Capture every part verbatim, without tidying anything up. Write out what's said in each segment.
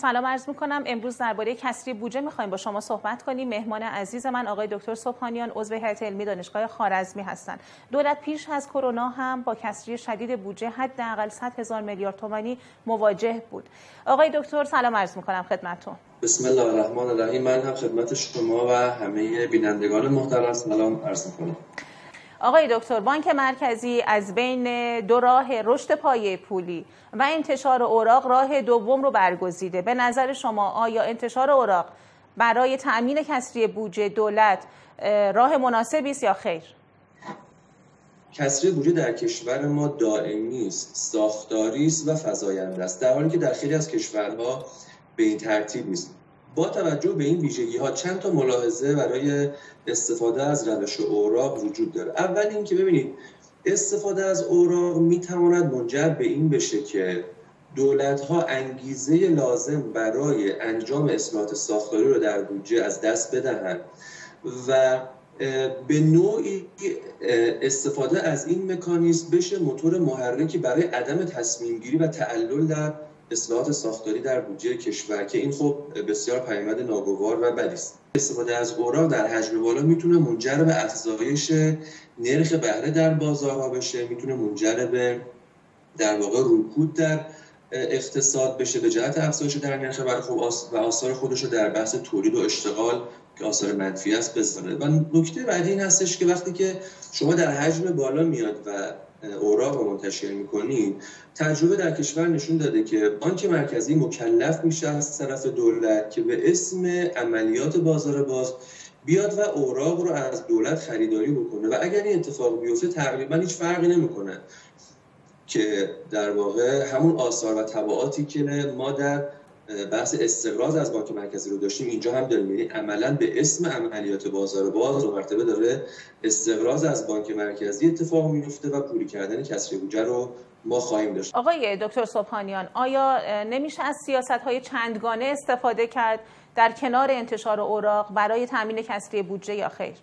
سلام عرض می‌کنم. امروز درباره کسری بودجه می‌خوایم با شما صحبت کنیم. مهمان عزیز من آقای دکتر صبحانیان عضو هیئت علمی دانشگاه خوارزمی هستند. دولت پیش از کرونا هم با کسری شدید بودجه حداقل صد هزار میلیارد تومانی مواجه بود. آقای دکتر سلام عرض می‌کنم خدمتتون. بسم الله الرحمن الرحیم. من هم خدمت شما و همه بینندگان محترم سلام عرض می‌کنم. آقای دکتر، بانک مرکزی از بین دو راه رشد پایه پولی و انتشار اوراق راه دوم رو برگزیده. به نظر شما آیا انتشار اوراق برای تأمین کسری بودجه دولت راه مناسبی است یا خیر؟ کسری بودجه در کشور ما دائمی است، ساختاری است و فزاینده است، در حالی که در خیلی از کشورها به این ترتیب نیست. با توجه به این ویژگی‌ها چند تا ملاحظه برای استفاده از روش اوراق وجود داره. اول اینکه ببینید استفاده از اوراق میتواند منجر به این بشه که دولت‌ها انگیزه لازم برای انجام اصلاحات ساختاری رو در بودجه از دست بدهند و به نوعی استفاده از این مکانیزم بشه موتور محرکی برای عدم تصمیم گیری و تعلل در اصلاحات ساختاری در بودجه کشور که این خب بسیار پیامد ناگوار و بدی است. استفاده از اوراق در حجم بالا میتونه منجر به افزایش نرخ بهره در بازارها بشه، میتونه منجر به در واقع رکود در اقتصاد بشه به جهت افزایش در نرخ بهره خب و آثار خودش رو در بحث تولید و اشتغال که آثار منفی است بذاره. و نکته بعدی این هستش که وقتی که شما در حجم بالا میاد و اوراق رو منتشر میکنید، تجربه در کشور نشون داده که بانک مرکزی مکلف میشه از طرف دولت که به اسم عملیات بازار باز بیاد و اوراق رو از دولت خریداری بکنه و اگر این اتفاق بیفته تقریبا هیچ فرقی نمیکنه که در واقع همون آثار و تبعاتی که ما در بحث استقراض از بانک مرکزی رو داشتیم اینجا هم داریم، یعنی عملاً به اسم عملیات بازار باز رو مرتبه داره استقراض از بانک مرکزی اتفاق میفته و پولی کردن کسری بودجه رو ما خواهیم داشت. آقای دکتر صبحانیان، آیا نمیشه از سیاست‌های چندگانه استفاده کرد در کنار انتشار اوراق برای تامین کسری بودجه یا خیر؟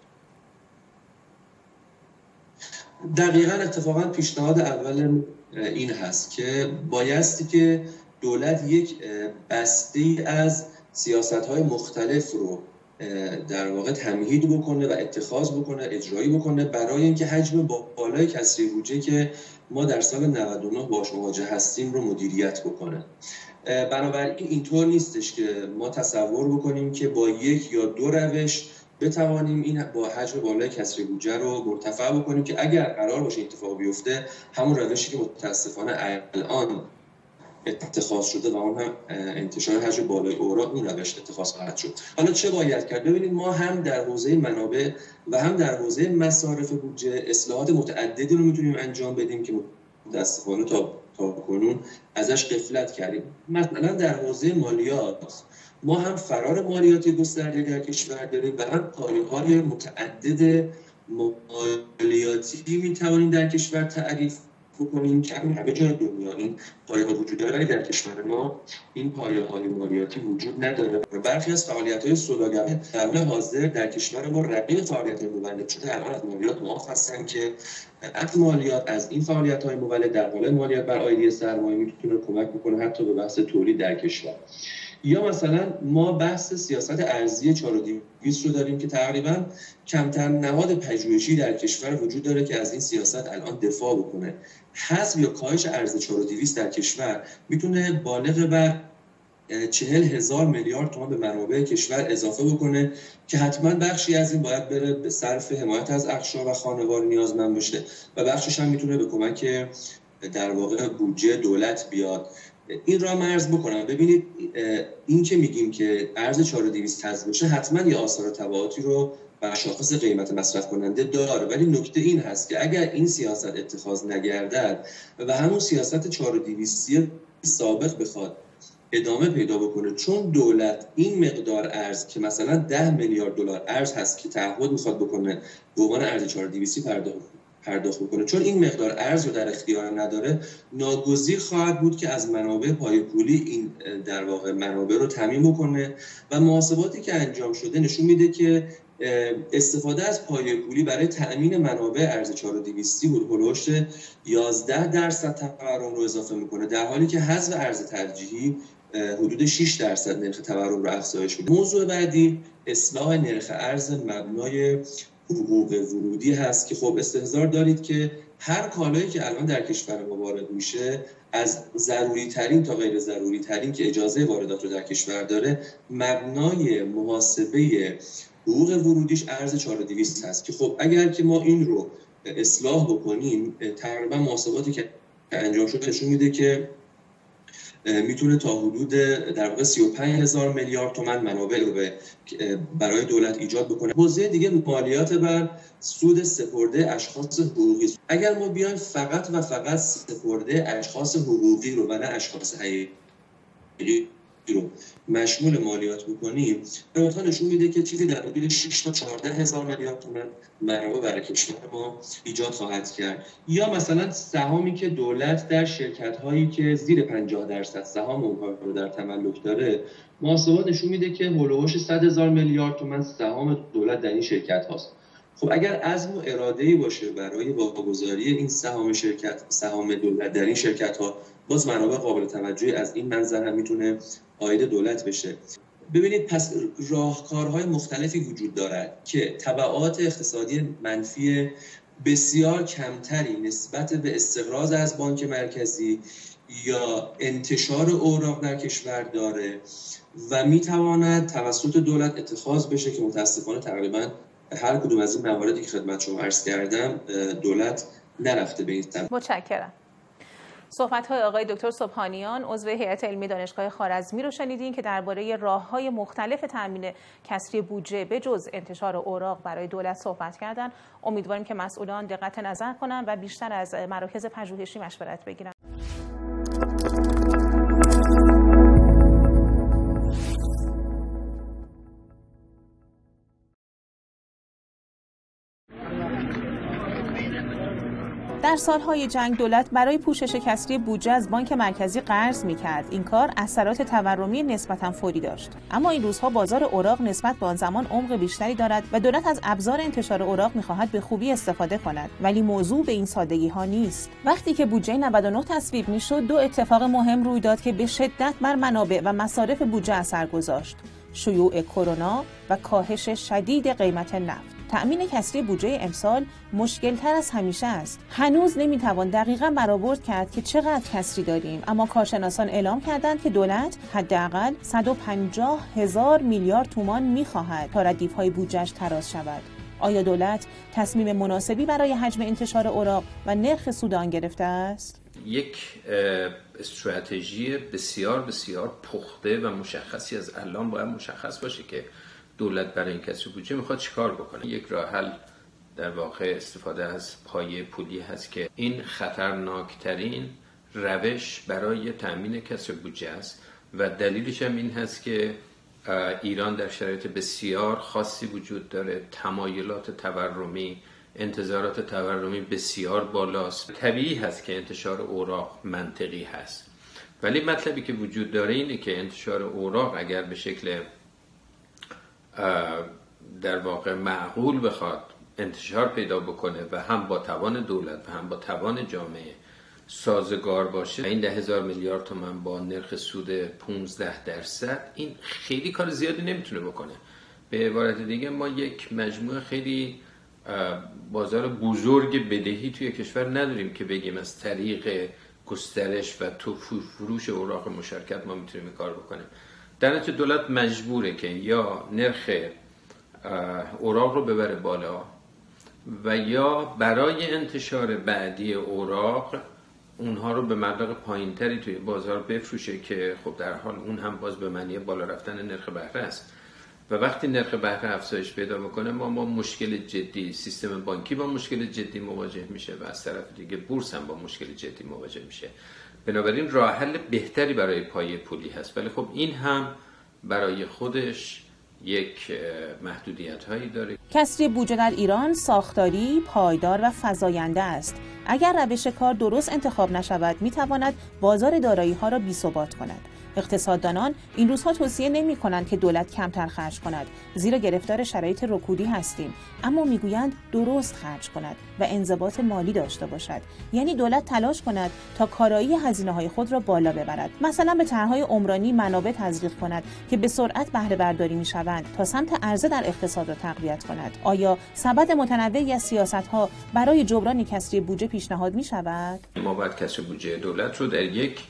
دقیقاً اتفاقاً پیشنهاد اول این هست که بایستی که دولت یک بسته از سیاست‌های مختلف رو در واقع تمهید بکنه و اتخاذ بکنه، اجرایی بکنه برای اینکه حجم بالای کسری بودجه که ما در سال نود و نه باهاش مواجه هستیم رو مدیریت بکنه. بنابراین اینطور نیستش که ما تصور بکنیم که با یک یا دو روش بتوانیم این با حجم بالای کسری بودجه رو مرتفع بکنیم که اگر قرار باشه اتفاق بیفته همون روشی که متاسفانه الان اتخاذ شده و اون هم انتشار حجم بالای اوراق اون روش اتخاذ خواهد شد. حالا چه باید کرد؟ ببینید ما هم در حوزه منابع و هم در حوزه مصارف بودجه اصلاحات متعددی رو میتونیم انجام بدیم که متاسفانه تا تا کنون ازش غفلت کردیم. مثلا در حوزه مالیات ما هم فرار مالیاتی گسترده در کشور داریم و هم پایه‌های متعدد مالیاتی میتوانیم در کشور تعریف بکنیم که همه جای دنیا این پایه‌ها وجود داره ولی در کشور ما این پایه‌های مالیاتی وجود نداره. برخی از فعالیت‌های سوداگرانه در حال حاضر در کشور ما رقیق فعالیت‌های مولد شده الان از مالیات معاف هستن که عقد مالیات از این فعالیت‌های مولد در قالب مالیات بر عایدی سرمایه میتونه کمک بکنه حتی به بحث تولید در کشور. یا مثلا ما بحث سیاست ارزی چهار و دویست رو داریم که تقریبا کمتر نهاد پژوهشی در کشور وجود داره که از این سیاست الان دفاع بکنه. حذف یا کاهش ارز چهار و دویست در کشور میتونه بالغ بر چهل هزار میلیارد تومان به منابع کشور اضافه بکنه که حتما بخشی از این باید بره به صرف حمایت از اقشار و خانوار نیازمند باشه و بخشش هم میتونه به کمک در واقع بودجه دولت بیاد. این را مرز بکنم. ببینید این که میگیم که ارز چهار و دویست حذف بشه حتما یه آثار و تبعاتی رو بر شاخص قیمت مصرف کننده داره، ولی نکته این هست که اگر این سیاست اتخاذ نگردد و همون سیاست چهار و دویست سابق بخواد ادامه پیدا بکنه، چون دولت این مقدار ارز که مثلا ده میلیارد دلار ارز هست که تعهد میخواد بکنه به عنوان ارز چهار و دویست پرداخت پرداخت بکنه، چون این مقدار ارز رو در اختیار نداره ناگزیر خواهد بود که از منابع پای پولی این در واقع منابع رو تامین بکنه و محاسباتی که انجام شده نشون میده که استفاده از پایه پولی برای تأمین منابع ارز چهار و دویست بود هولوش یازده درصد تورم رو اضافه میکنه، در حالی که حذف ارز ترجیحی حدود شش درصد نرخ تورم رو افزایش میده. موضوع بعدی اصلاح نرخ ارز مبنای حقوق ورودی هست که خب استحضار دارید که هر کالایی که الان در کشور ما وارد میشه از ضروری ترین تا غیر ضروری ترین که اجازه واردات رو در کشور داره مبنای محاسبه حقوق ورودیش ارز چهار و دویست هست که خب اگر که ما این رو اصلاح بکنیم تقریبا محاسباتی که انجام شده نشون میده که میتونه تا حدود در واقع سی و پنج هزار میلیارد تومان منابع رو برای دولت ایجاد بکنه. حوزه دیگه مالیات بر سود سپرده اشخاص حقوقی. اگر ما بیایم فقط و فقط سپرده اشخاص حقوقی رو و نه اشخاص حقیقی رو مشمول مالیات بکنیم، اونها نشون میده که چیزی در حدود شش تا چهارده هزار میلیارد تومان منابع برای کشور ما ایجاد خواهد کرد. یا مثلا سهامی که دولت در شرکت هایی که زیر پنجاه درصد سهام اونها رو در تملک داره، محاسبات نشون میده که هولوش صد هزار میلیارد تومان سهام دولت در این شرکت هاست. خب اگر عزم و اراده‌ای باشه برای واگذاری این سهام شرکت سهام دولت در این شرکت ها، باز منابع قابل توجهی از این منظر هم میتونه عاید دولت بشه. ببینید پس راهکارهای مختلفی وجود دارد که تبعات اقتصادی منفی بسیار کمتری نسبت به استقراض از بانک مرکزی یا انتشار اوراق در کشور داره و میتواند توسط دولت اتخاذ بشه که متاسفانه تقریبا هر کدوم از این مواردی که خدمت شما عرض کردم دولت نرفته به این سمت. متشکرم. صحبت‌های آقای دکتر سبحانیان عضو هیئت علمی دانشگاه خوارزمی رو شنیدین که درباره راه‌های مختلف تامین کسری بودجه به جز انتشار اوراق برای دولت صحبت کردن. امیدواریم که مسئولان دقت نظر کنن و بیشتر از مراکز پژوهشی مشورت بگیرن. در سالهای جنگ دولت برای پوشش کسری بودجه از بانک مرکزی قرض می‌کرد. این کار اثرات تورمی نسبتاً فوری داشت. اما این روزها بازار اوراق نسبت به آن زمان عمق بیشتری دارد و دولت از ابزار انتشار اوراق می‌خواهد به خوبی استفاده کند. ولی موضوع به این سادگی‌ها نیست. وقتی که بودجه نود و نه تصویب می‌شد، دو اتفاق مهم روی داد که به شدت بر منابع و مصارف بودجه اثر گذاشت: شیوع کرونا و کاهش شدید قیمت نفت. تأمین کسری بودجه امسال مشکل‌تر از همیشه است. هنوز نمی‌توان دقیقاً برآورد کرد که چقدر کسری داریم، اما کارشناسان اعلام کردند که دولت حداقل صد و پنجاه هزار میلیارد تومان می‌خواهد تا ردیف‌های بودجه‌اش تراز شود. آیا دولت تصمیم مناسبی برای حجم انتشار اوراق و نرخ سود آن گرفته است؟ یک استراتژی بسیار بسیار پخته و مشخصی از الان باید مشخص باشه که دولت برای این کسری بودجه میخواد چیکار بکنه. یک راه حل در واقع استفاده از پایه پولی هست که این خطرناکترین روش برای تامین کسری بودجه است و دلیلش هم این هست که ایران در شرایط بسیار خاصی وجود داره، تمایلات تورمی، انتظارات تورمی بسیار بالاست. طبیعی هست که انتشار اوراق منطقی هست، ولی مطلبی که وجود داره اینه که انتشار اوراق اگر به شکل در واقع معقول بخواد انتشار پیدا بکنه و هم با توان دولت و هم با توان جامعه سازگار باشه، این ده هزار میلیارد تومان با نرخ سود پانزده درصد این خیلی کار زیادی نمیتونه بکنه. به عبارت دیگه ما یک مجموعه خیلی بازار بزرگ بدهی توی کشور نداریم که بگیم از طریق گسترش و تو فروش اوراق مشارکت ما میتونیم این کار بکنیم. در نتیجه دولت مجبوره که یا نرخ اوراق رو ببره بالا و یا برای انتشار بعدی اوراق اونها رو به مبلغ پایینتری توی بازار بفروشه که خب در حال اون هم باز به معنی بالا رفتن نرخ بهره است و وقتی نرخ بهره افزایش پیدا میکنه ما با مشکل جدی، سیستم بانکی با مشکل جدی مواجه میشه و از طرف دیگه بورس هم با مشکل جدی مواجه میشه. بنابراین راه حل بهتری برای پایه پولی هست، ولی خب این هم برای خودش یک محدودیت هایی داره. کسری بودجه در ایران ساختاری، پایدار و فزاینده است. اگر روش کار درست انتخاب نشود میتواند بازار دارایی ها را بی‌ثبات کند. اقتصاددانان این روزها توصیه نمی‌کنند که دولت کمتر خرج کند، زیرا گرفتار شرایط رکودی هستیم، اما میگویند درست خرج کند و انضباط مالی داشته باشد. یعنی دولت تلاش کند تا کارایی هزینه‌های خود را بالا ببرد. مثلا به طرح‌های عمرانی منابع تزریق کند که به سرعت بهره برداری می‌شوند تا سمت عرضه در اقتصاد را تقویت کند. آیا سبد متنوعی از سیاست‌ها برای جبران کسری بودجه پیشنهاد می‌شود؟ ما باید کسری بودجه دولت رو در یک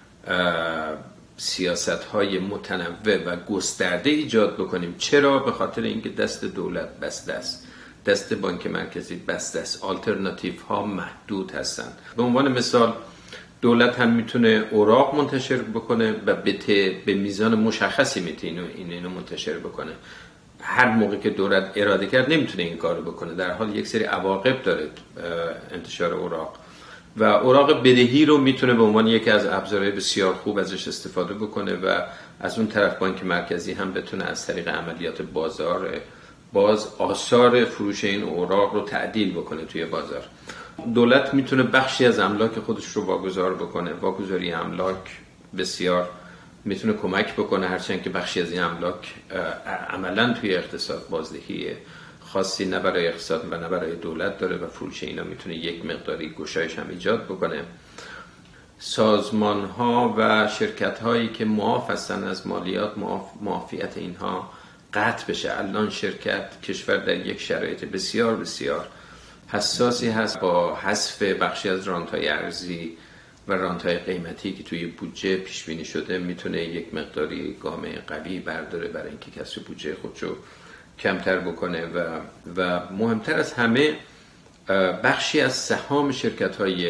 سیاست‌های متنوع و گسترده ایجاد بکنیم. چرا؟ به خاطر اینکه دست دولت بسته است، دست بانک مرکزی بسته است، آلترناتیو ها محدود هستند. به عنوان مثال دولت هم میتونه اوراق منتشر بکنه و به به میزان مشخصی میتونه این اینو منتشر بکنه. هر موقع که دولت اراده کرد نمیتونه این کارو بکنه، در حال یک سری عواقب داره انتشار اوراق. و اوراق بدهی رو میتونه به عنوان یکی از ابزارهای بسیار خوب ازش استفاده بکنه و از اون طرف بانک مرکزی هم بتونه از طریق عملیات بازار باز آثار فروش این اوراق رو تعدیل بکنه توی بازار. دولت میتونه بخشی از املاک خودش رو واگذار بکنه. واگذاری املاک بسیار میتونه کمک بکنه، هرچند که بخشی از این املاک عملاً توی اقتصاد بازدهی خاصی نه برای اقتصاد و نه برای دولت داره و فروش اینا میتونه یک مقداری گشایش هم ایجاد بکنه. سازمان ها و شرکت هایی که معاف هستن از مالیات، معاف، معافیت اینها قطع بشه. الان شرکت کشور در یک شرایط بسیار بسیار حساسی هست با حذف بخشی از رانت‌های ارزی و رانت‌های قیمتی که توی بودجه پیش بینی شده میتونه یک مقداری گام قوی برداره برای اینکه کسری بودجه خودشو کمتر بکنه و و مهمتر از همه بخشی از سهام شرکت‌های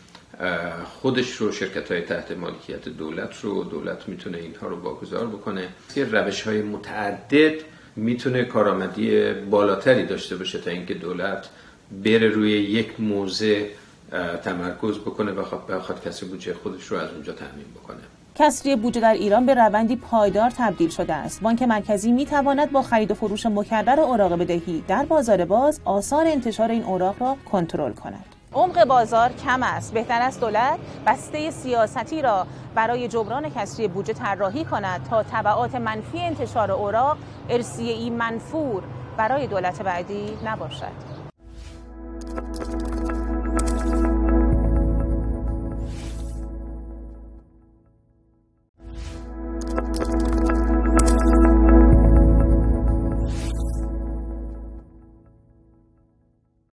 خودش رو، شرکت‌های تحت مالکیت دولت رو، دولت میتونه اینها رو واگذار بکنه. یه روش‌های متعدد میتونه کارآمدی بالاتری داشته باشه تا اینکه دولت بره روی یک موضع تمرکز بکنه و بخواد کسری بودجه خودش رو از اونجا تامین بکنه. کسری بودجه در ایران به روندی پایدار تبدیل شده است. بانک مرکزی میتواند با خرید و فروش مکرر اوراق بدهی در بازار باز آثار انتشار این اوراق را کنترل کند. عمق بازار کم است. بهتر است دولت بسته سیاستی را برای جبران کسری بودجه طراحی کند تا تبعات منفی انتشار اوراق ارثیه‌ای منفور برای دولت بعدی نباشد.